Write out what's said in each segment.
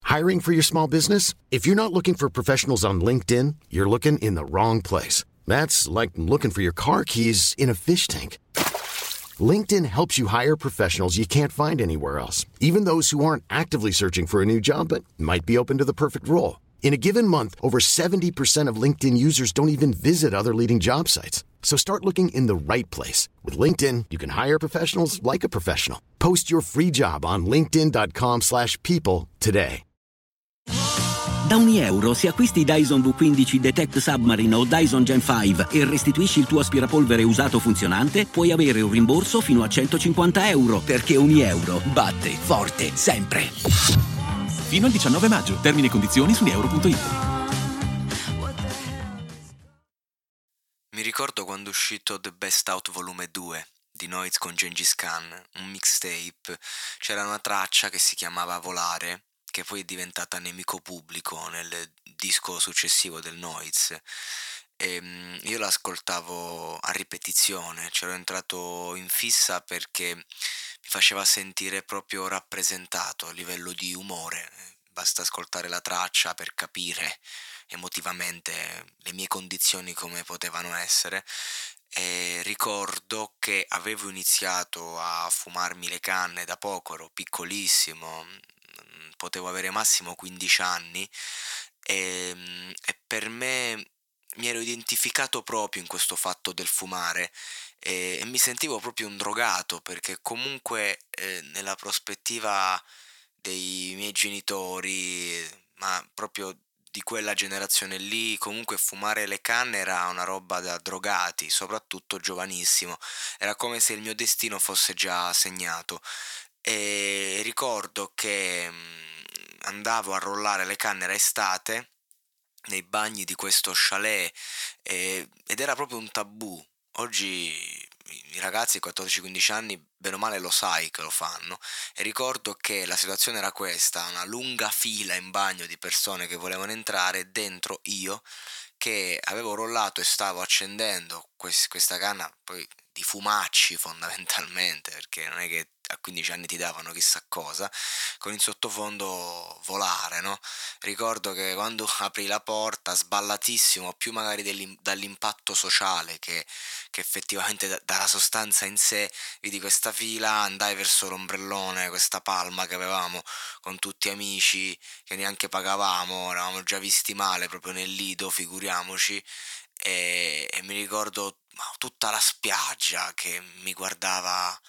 Hiring for your small business? If you're not looking for professionals on LinkedIn, you're looking in the wrong place. That's like looking for your car keys in a fish tank. LinkedIn helps you hire professionals you can't find anywhere else, even those who aren't actively searching for a new job but might be open to the perfect role. In a given month, over 70% of LinkedIn users don't even visit other leading job sites. So start looking in the right place. With LinkedIn, you can hire professionals like a professional. Post your free job on linkedin.com/people today. Da €1 se acquisti Dyson V15 Detect Submarine o Dyson Gen 5 e restituisci il tuo aspirapolvere usato funzionante, puoi avere un rimborso fino a €150, perché €1 batte forte sempre. Fino al 19 maggio. Termini e condizioni su euro.it. Mi ricordo quando è uscito The Best Out Volume 2 di Noiz con Gengis Khan, un mixtape. C'era una traccia che si chiamava Volare, che poi è diventata Nemico Pubblico nel disco successivo del Noiz. Io l'ascoltavo a ripetizione, c'ero entrato in fissa perché mi faceva sentire proprio rappresentato a livello di umore. Basta ascoltare la traccia per capire emotivamente le mie condizioni come potevano essere. E ricordo che avevo iniziato a fumarmi le canne da poco, ero piccolissimo, potevo avere massimo 15 anni e per me mi ero identificato proprio in questo fatto del fumare e mi sentivo proprio un drogato, perché comunque nella prospettiva dei miei genitori, ma proprio di quella generazione lì, comunque fumare le canne era una roba da drogati, soprattutto giovanissimo. Era come se il mio destino fosse già segnato. E ricordo che andavo a rollare le canne, era estate, nei bagni di questo chalet, ed era proprio un tabù. Oggi i ragazzi di 14-15 anni bene o male lo sai che lo fanno, e ricordo che la situazione era questa: una lunga fila in bagno di persone che volevano entrare, dentro io che avevo rollato e stavo accendendo questa canna poi di fumacci fondamentalmente, perché non è che a 15 anni ti davano chissà cosa, con in sottofondo Volare, no? Ricordo che quando apri la porta, sballatissimo, più magari dall'impatto sociale che effettivamente dalla sostanza in sé, vidi questa fila, andai verso l'ombrellone, questa palma che avevamo con tutti amici che neanche pagavamo, eravamo già visti male proprio nel lido, figuriamoci, e mi ricordo tutta la spiaggia che mi guardava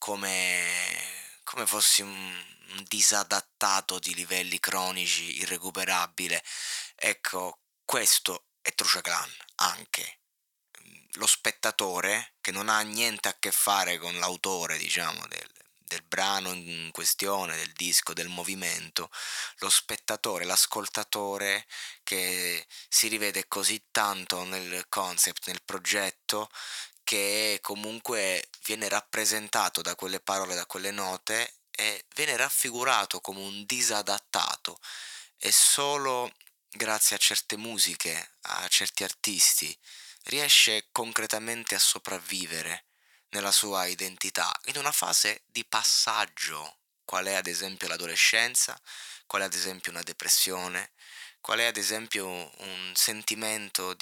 come fossi un disadattato di livelli cronici, irrecuperabile. Ecco, questo è Truce Clan anche. Lo spettatore, che non ha niente a che fare con l'autore, diciamo, del brano in questione, del disco, del movimento, lo spettatore, l'ascoltatore che si rivede così tanto nel concept, nel progetto, che comunque viene rappresentato da quelle parole, da quelle note, e viene raffigurato come un disadattato. E solo grazie a certe musiche, a certi artisti, riesce concretamente a sopravvivere nella sua identità, in una fase di passaggio, qual è ad esempio l'adolescenza, qual è ad esempio una depressione, qual è ad esempio un sentimento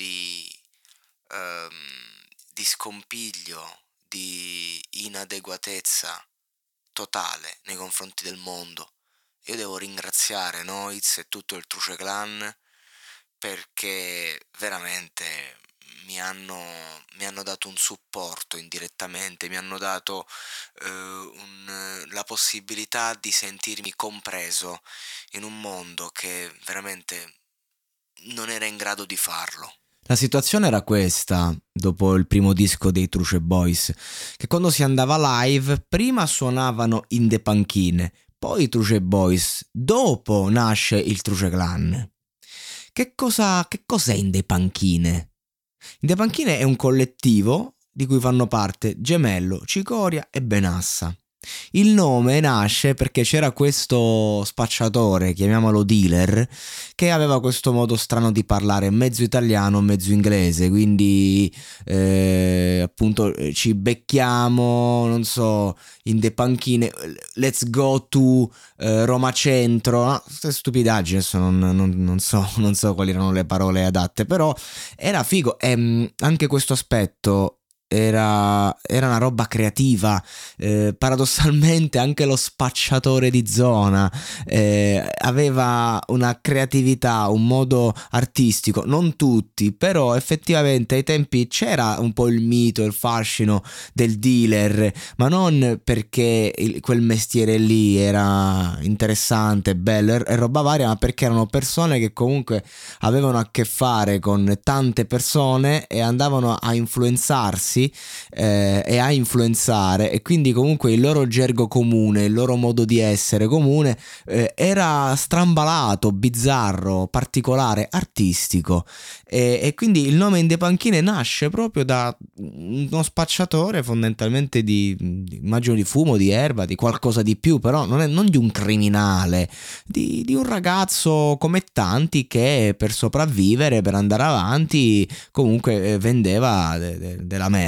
di scompiglio, di inadeguatezza totale nei confronti del mondo. Io devo ringraziare Noiz e tutto il Truce Clan, perché veramente mi hanno dato un supporto indirettamente, mi hanno dato la possibilità di sentirmi compreso in un mondo che veramente non era in grado di farlo. La situazione era questa, dopo il primo disco dei Truce Boys, che quando si andava live prima suonavano in de panchine, poi i Truce Boys, dopo nasce il Truce Clan. Che cos'è in de panchine? In de panchine è un collettivo di cui fanno parte Gemello, Cicoria e Benassa. Il nome nasce perché c'era questo spacciatore, chiamiamolo dealer, che aveva questo modo strano di parlare, mezzo italiano, mezzo inglese, quindi appunto ci becchiamo, non so, in de panchine, let's go to Roma Centro, no? Queste stupidaggini, adesso non so quali erano le parole adatte, però era figo, e anche questo aspetto era una roba creativa. Paradossalmente anche lo spacciatore di zona aveva una creatività, un modo artistico, non tutti, però effettivamente ai tempi c'era un po' il mito, il fascino del dealer, ma non perché quel mestiere lì era interessante, bello e roba varia, ma perché erano persone che comunque avevano a che fare con tante persone e andavano a influenzarsi e a influenzare, e quindi comunque il loro gergo comune, il loro modo di essere comune era strambalato, bizzarro, particolare, artistico, e quindi il nome In de Panchine nasce proprio da uno spacciatore fondamentalmente immagino di fumo, di erba, di qualcosa di più, però non di un criminale, di un ragazzo come tanti che per sopravvivere, per andare avanti comunque vendeva della merce.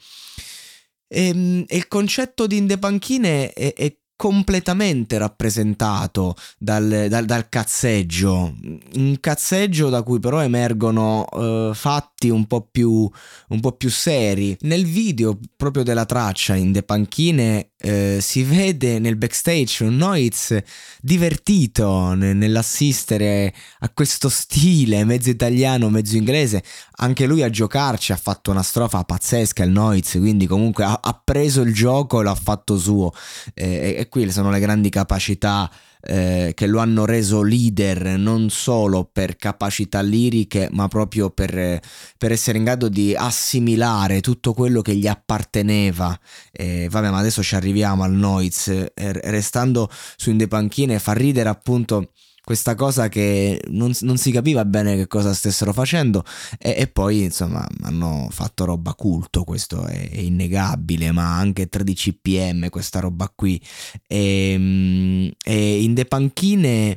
E il concetto di In de Panchine è completamente rappresentato dal cazzeggio, un cazzeggio da cui però emergono fatti un po' più seri. Nel video proprio della traccia In de Panchine si vede nel backstage un Noiz divertito nell'assistere a questo stile mezzo italiano, mezzo inglese. Anche lui a giocarci ha fatto una strofa pazzesca, il Noiz, quindi comunque ha preso il gioco e l'ha fatto suo, e qui sono le grandi capacità che lo hanno reso leader, non solo per capacità liriche ma proprio per essere in grado di assimilare tutto quello che gli apparteneva. Vabbè, ma adesso ci arriviamo al Noiz. Restando su In de Panchine, fa ridere appunto questa cosa che non si capiva bene che cosa stessero facendo, e poi insomma hanno fatto roba culto, questo è innegabile, ma anche 13 ppm, questa roba qui, e In de Panchine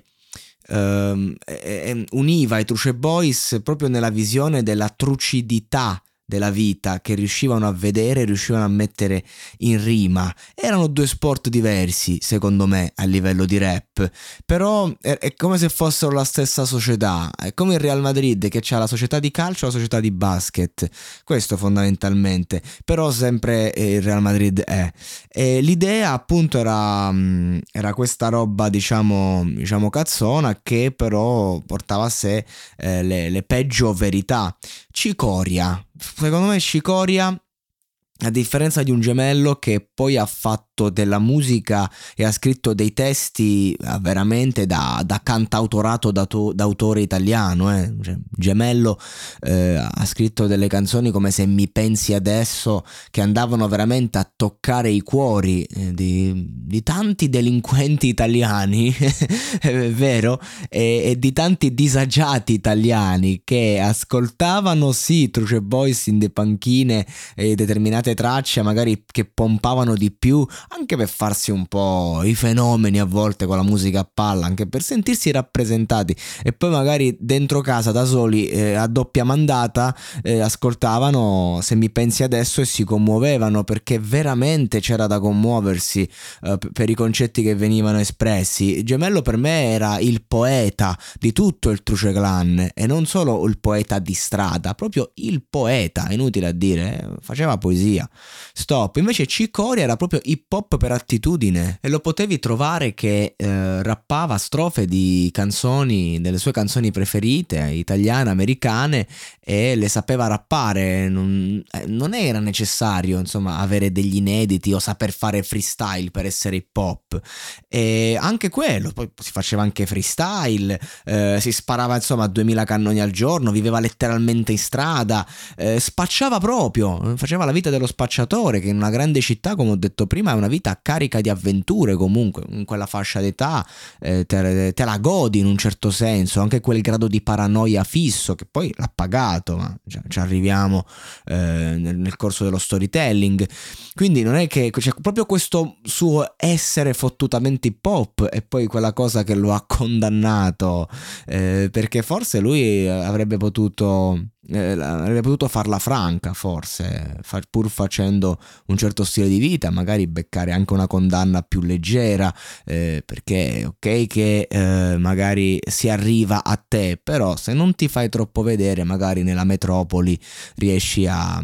univa i Truce Boys proprio nella visione della trucidità della vita che riuscivano a vedere, riuscivano a mettere in rima. Erano due sport diversi secondo me a livello di rap, però è come se fossero la stessa società. È come il Real Madrid che c'ha la società di calcio e la società di basket, questo fondamentalmente, però sempre il Real Madrid è. E l'idea appunto era questa roba diciamo cazzona, che però portava a sé le peggio verità. Cicoria, secondo me Cicoria, a differenza di un Gemello che poi ha fatto della musica e ha scritto dei testi veramente da cantautorato d'autore italiano, Cioè, Gemello ha scritto delle canzoni come Se mi pensi adesso, che andavano veramente a toccare i cuori di tanti delinquenti italiani è vero, e di tanti disagiati italiani che ascoltavano sì Truce Boys, In de Panchine e determinate tracce magari che pompavano di più, anche per farsi un po' i fenomeni a volte con la musica a palla, anche per sentirsi rappresentati, e poi magari dentro casa da soli a doppia mandata ascoltavano Se mi pensi adesso e si commuovevano, perché veramente c'era da commuoversi per i concetti che venivano espressi. Gemello per me era il poeta di tutto il Truce Clan, e non solo il poeta di strada, proprio il poeta, inutile a dire, faceva poesia, stop. Invece Cicoria era proprio hip hop per attitudine, e lo potevi trovare che rappava strofe di canzoni, delle sue canzoni preferite, italiane, americane, e le sapeva rappare. Non era necessario insomma avere degli inediti o saper fare freestyle per essere hip hop, e anche quello, poi si faceva anche freestyle, si sparava insomma 2000 cannoni al giorno, viveva letteralmente in strada, spacciava proprio, faceva la vita dello spacciatore, che in una grande città, come ho detto prima, è una una vita carica di avventure comunque, in quella fascia d'età te la godi in un certo senso, anche quel grado di paranoia fisso che poi l'ha pagato, ma ci arriviamo nel corso dello storytelling. Quindi non è che c'è proprio questo suo essere fottutamente hip hop e poi quella cosa che lo ha condannato, perché forse lui avrebbe potuto farla franca, forse, pur facendo un certo stile di vita, magari beccare anche una condanna più leggera, perché ok che magari si arriva a te, però se non ti fai troppo vedere magari nella metropoli riesci a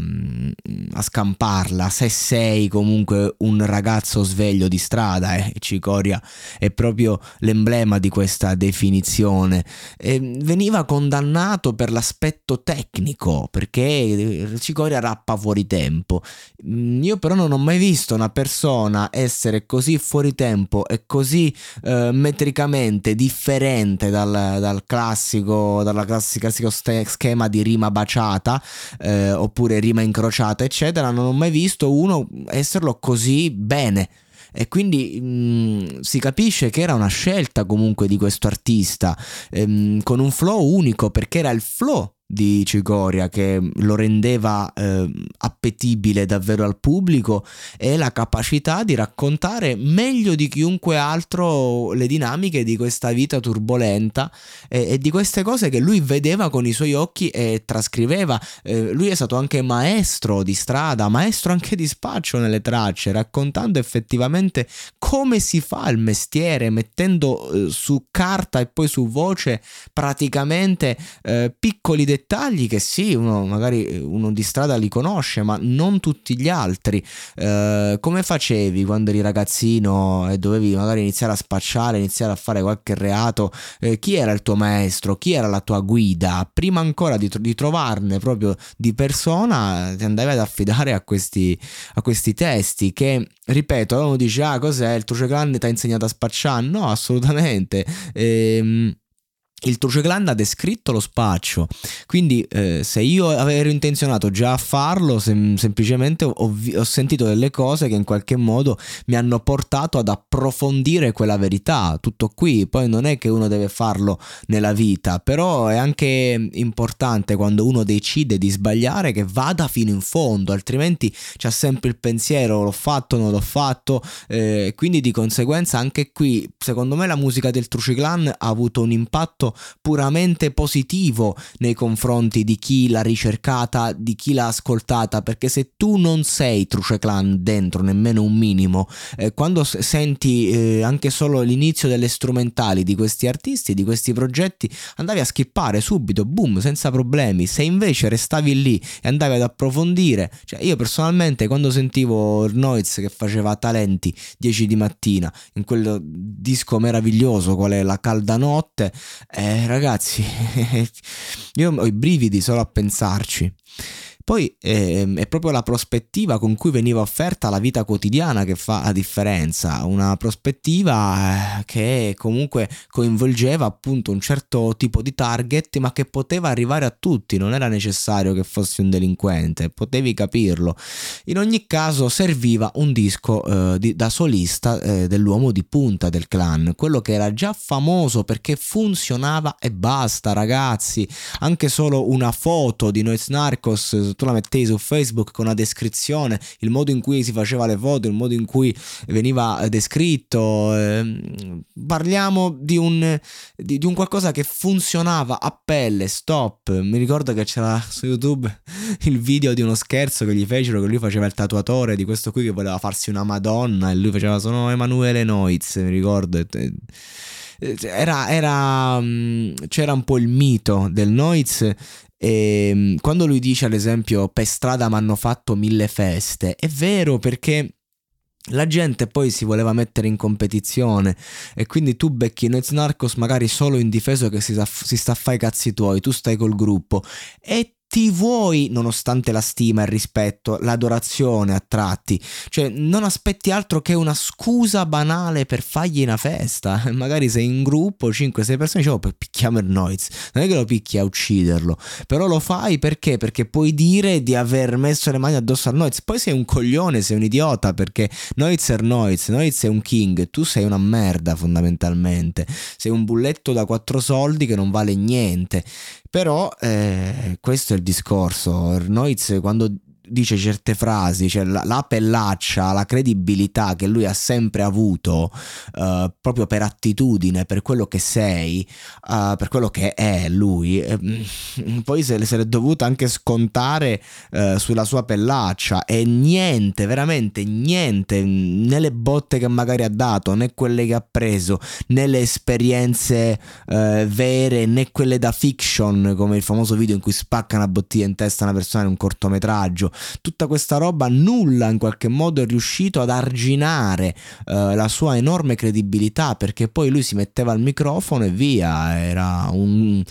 scamparla, se sei comunque un ragazzo sveglio di strada. Cicoria è proprio l'emblema di questa definizione. Veniva condannato per l'aspetto tecnico, perché Cicoria rappa fuori tempo. Io però non ho mai visto una persona essere così fuori tempo e così metricamente differente dal classico schema di rima baciata, oppure rima incrociata eccetera. Non ho mai visto uno esserlo così bene. E quindi si capisce che era una scelta comunque di questo artista, con un flow unico, perché era il flow di Cicoria che lo rendeva appetibile davvero al pubblico, e la capacità di raccontare meglio di chiunque altro le dinamiche di questa vita turbolenta e di queste cose che lui vedeva con i suoi occhi e trascriveva. Lui è stato anche maestro di strada, maestro anche di spaccio nelle tracce, raccontando effettivamente come si fa il mestiere, mettendo su carta e poi su voce praticamente piccoli dettagli che sì, uno di strada li conosce, ma non tutti gli altri. Come facevi quando eri ragazzino e dovevi magari iniziare a spacciare, iniziare a fare qualche reato? Chi era il tuo maestro? Chi era la tua guida? Prima ancora di trovarne proprio di persona, ti andavi ad affidare a questi testi che, ripeto, uno dice cos'è, il Truce Clan ti ha insegnato a spacciare? No, assolutamente. Il Truce Clan ha descritto lo spaccio, quindi se io ero intenzionato già a farlo, semplicemente ho sentito delle cose che in qualche modo mi hanno portato ad approfondire quella verità. Tutto qui. Poi non è che uno deve farlo nella vita, però è anche importante, quando uno decide di sbagliare, che vada fino in fondo, altrimenti c'è sempre il pensiero: l'ho fatto, non l'ho fatto, quindi di conseguenza anche qui secondo me la musica del Truce Clan ha avuto un impatto puramente positivo nei confronti di chi l'ha ricercata, di chi l'ha ascoltata, perché se tu non sei Truce Clan dentro nemmeno un minimo, quando senti anche solo l'inizio delle strumentali di questi artisti, di questi progetti, andavi a skippare subito, boom, senza problemi. Se invece restavi lì e andavi ad approfondire, cioè io personalmente quando sentivo Noiz che faceva Talenti 10 di mattina in quel disco meraviglioso qual è La calda notte, ragazzi, io ho i brividi solo a pensarci. Poi è proprio la prospettiva con cui veniva offerta la vita quotidiana che fa la differenza, una prospettiva che comunque coinvolgeva appunto un certo tipo di target, ma che poteva arrivare a tutti, non era necessario che fossi un delinquente, potevi capirlo. In ogni caso serviva un disco da solista dell'uomo di punta del clan, quello che era già famoso perché funzionava e basta, ragazzi. Anche solo una foto di Noise Narcos tu la mettevi su Facebook con una descrizione, il modo in cui si faceva le foto, il modo in cui veniva descritto, parliamo di un qualcosa che funzionava a pelle, stop. Mi ricordo che c'era su YouTube il video di uno scherzo che gli fecero, che lui faceva il tatuatore di questo qui che voleva farsi una Madonna e lui faceva sono Emanuele Noiz, mi ricordo. C'era un po' il mito del Noiz. E quando lui dice ad esempio per strada mi hanno fatto 1000 feste, è vero, perché la gente poi si voleva mettere in competizione e quindi tu becchi Noiz Narcos magari solo indifeso che si sta a fare i cazzi tuoi, tu stai col gruppo e ti vuoi, nonostante la stima, il rispetto, l'adorazione a tratti, cioè non aspetti altro che una scusa banale per fargli una festa. Magari sei in gruppo 5-6 persone, dicevo, picchiamo il Noiz, non è che lo picchi a ucciderlo, però lo fai perché puoi dire di aver messo le mani addosso al Noiz. Poi sei un coglione, sei un idiota, perché Noiz è un king, tu sei una merda fondamentalmente, sei un bulletto da 4 soldi che non vale niente. Però questo è il discorso. Noiz, quando dice certe frasi, cioè la pellaccia, la credibilità che lui ha sempre avuto, proprio per attitudine, per quello che sei, per quello che è lui, poi se l'è dovuta anche scontare sulla sua pellaccia, e niente, veramente niente, né le botte che magari ha dato, né quelle che ha preso, né le esperienze vere, né quelle da fiction, come il famoso video in cui spacca una bottiglia in testa a una persona in un cortometraggio. Tutta questa roba, nulla in qualche modo è riuscito ad arginare la sua enorme credibilità, perché poi lui si metteva al microfono e via, era un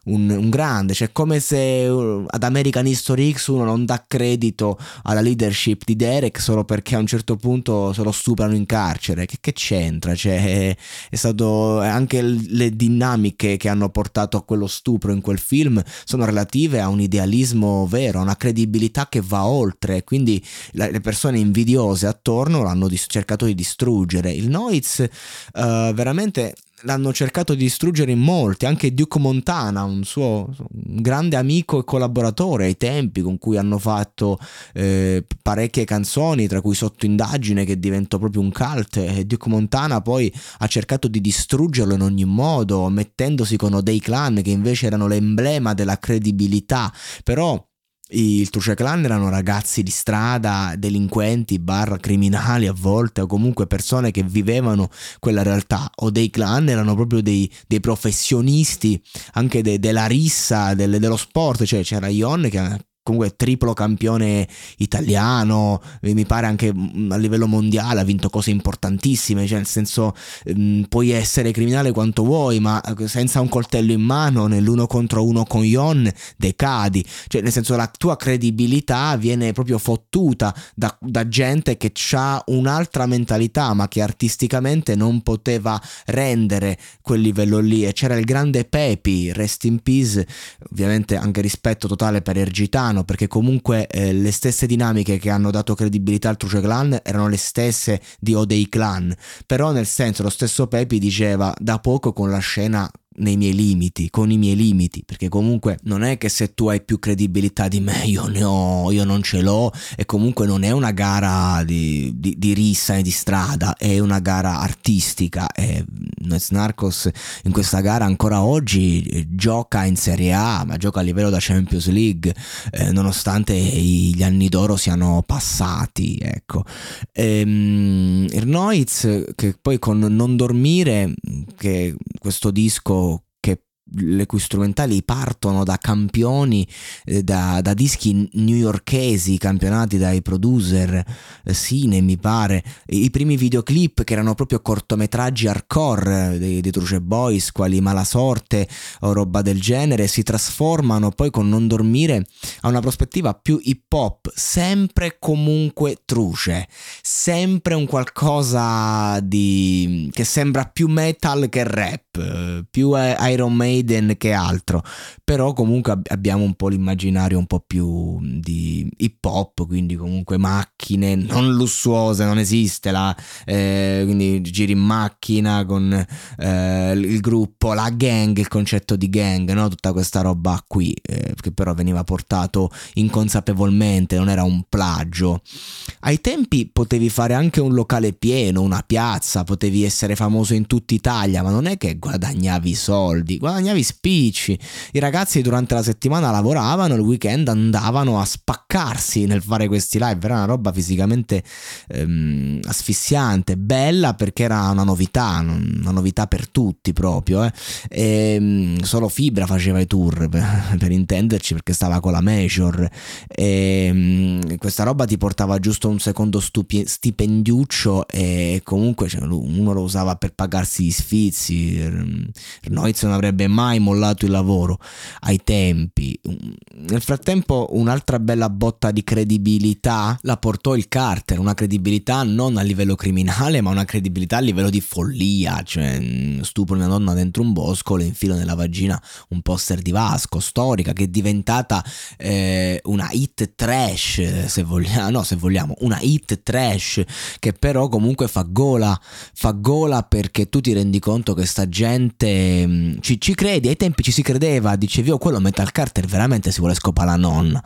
grande, cioè come se ad American History X uno non dà credito alla leadership di Derek solo perché a un certo punto se lo stuprano in carcere. Che c'entra? Cioè è stato anche le dinamiche che hanno portato a quello stupro in quel film sono relative a un idealismo vero, a una credibilità che va oltre, quindi le persone invidiose attorno l'hanno cercato di distruggere. Il Noiz veramente l'hanno cercato di distruggere in molti, anche Duke Montana, un grande amico e collaboratore ai tempi, con cui hanno fatto parecchie canzoni, tra cui Sotto indagine, che diventò proprio un cult, e Duke Montana poi ha cercato di distruggerlo in ogni modo, mettendosi con O'Day Clan, che invece erano l'emblema della credibilità. Però il Truce Clan erano ragazzi di strada, delinquenti / criminali a volte, o comunque persone che vivevano quella realtà. O'Day Clan erano proprio dei professionisti anche della rissa, dello sport. Cioè c'era Ion che comunque triplo campione italiano, mi pare anche a livello mondiale, ha vinto cose importantissime, cioè nel senso puoi essere criminale quanto vuoi, ma senza un coltello in mano nell'1 contro 1 con Ion decadi, cioè nel senso la tua credibilità viene proprio fottuta da gente che ha un'altra mentalità, ma che artisticamente non poteva rendere quel livello lì. E c'era il grande Pepi, rest in peace, ovviamente anche rispetto totale per Ergitano, perché comunque le stesse dinamiche che hanno dato credibilità al Truce Clan erano le stesse di O'Day Clan, però nel senso lo stesso Pepi diceva da poco con la scena nei miei limiti, con i miei limiti, perché comunque non è che se tu hai più credibilità di me io non ce l'ho, e comunque non è una gara di rissa e di strada, è una gara artistica, e Noiz Narcos in questa gara ancora oggi gioca in Serie A, ma gioca a livello da Champions League, nonostante gli anni d'oro siano passati, ecco. Il Noiz, che poi con Non dormire, che questo disco le cui strumentali partono da campioni, da dischi newyorkesi campionati dai producer Sine, mi pare, i primi videoclip che erano proprio cortometraggi hardcore dei Truce Boys, quali Malasorte o roba del genere, si trasformano poi con Non dormire a una prospettiva più hip hop, sempre comunque Truce, sempre un qualcosa che sembra più metal che rap, più Iron Maiden che altro, però comunque abbiamo un po' l'immaginario un po' più di hip hop, quindi comunque macchine non lussuose, non esiste quindi giri in macchina con il gruppo, la gang, il concetto di gang, no? Tutta questa roba qui, che però veniva portato inconsapevolmente, non era un plagio. Ai tempi potevi fare anche un locale pieno, una piazza, potevi essere famoso in tutta Italia, ma non è che guadagnavi soldi, guadagnavi spicci. I ragazzi durante la settimana lavoravano, il weekend andavano a spaccarsi nel fare questi live. Era una roba fisicamente asfissiante, bella perché era una novità per tutti proprio, solo Fibra faceva i tour per intenderci, perché stava con la Major, e questa roba ti portava giusto un secondo stipendiuccio, e comunque uno lo usava per pagarsi gli sfizi. Noiz non avrebbe mai mollato il lavoro, ai tempi. Nel frattempo un'altra bella botta di credibilità la portò il Carter, una credibilità non a livello criminale ma una credibilità a livello di follia, cioè stupro una donna dentro un bosco, le infilo nella vagina un poster di Vasco, storica, che è diventata una hit trash, se vogliamo, una hit trash che però comunque fa gola perché tu ti rendi conto che sta gente ci credi, ai tempi ci si credeva, dicevi quello Metal Carter veramente si vuole scopare la nonna.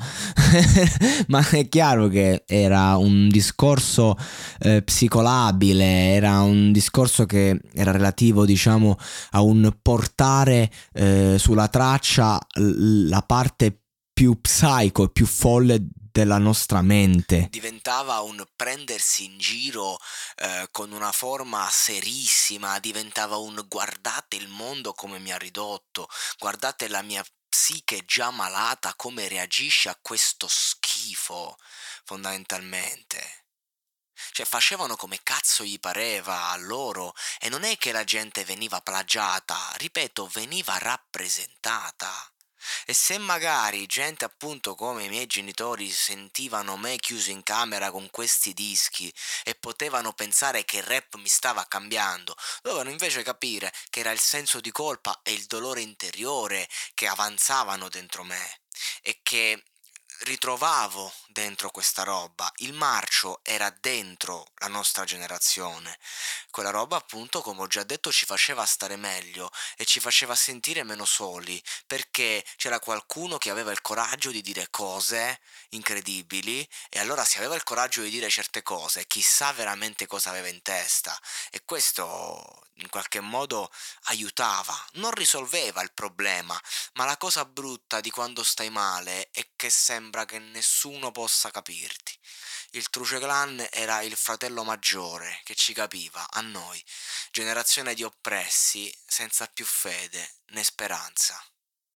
Ma è chiaro che era un discorso psicolabile, era un discorso che era relativo, diciamo, a un portare sulla traccia la parte più psico e più folle della nostra mente. Diventava un prendersi in giro con una forma serissima, diventava un guardate il mondo come mi ha ridotto, guardate la mia psiche già malata come reagisce a questo schifo, fondamentalmente. Cioè facevano come cazzo gli pareva a loro e non è che la gente veniva plagiata, ripeto, veniva rappresentata. E se magari gente appunto come i miei genitori sentivano me chiuso in camera con questi dischi e potevano pensare che il rap mi stava cambiando, dovevano invece capire che era il senso di colpa e il dolore interiore che avanzavano dentro me e che ritrovavo dentro questa roba. Il marcio era dentro la nostra generazione. Quella roba appunto, come ho già detto, ci faceva stare meglio e ci faceva sentire meno soli, perché c'era qualcuno che aveva il coraggio di dire cose incredibili e allora se aveva il coraggio di dire certe cose, chissà veramente cosa aveva in testa, e questo in qualche modo aiutava, non risolveva il problema, ma la cosa brutta di quando stai male è che sembra che nessuno possa capirti. Il Truce Clan era il fratello maggiore che ci capiva, a noi, generazione di oppressi senza più fede né speranza.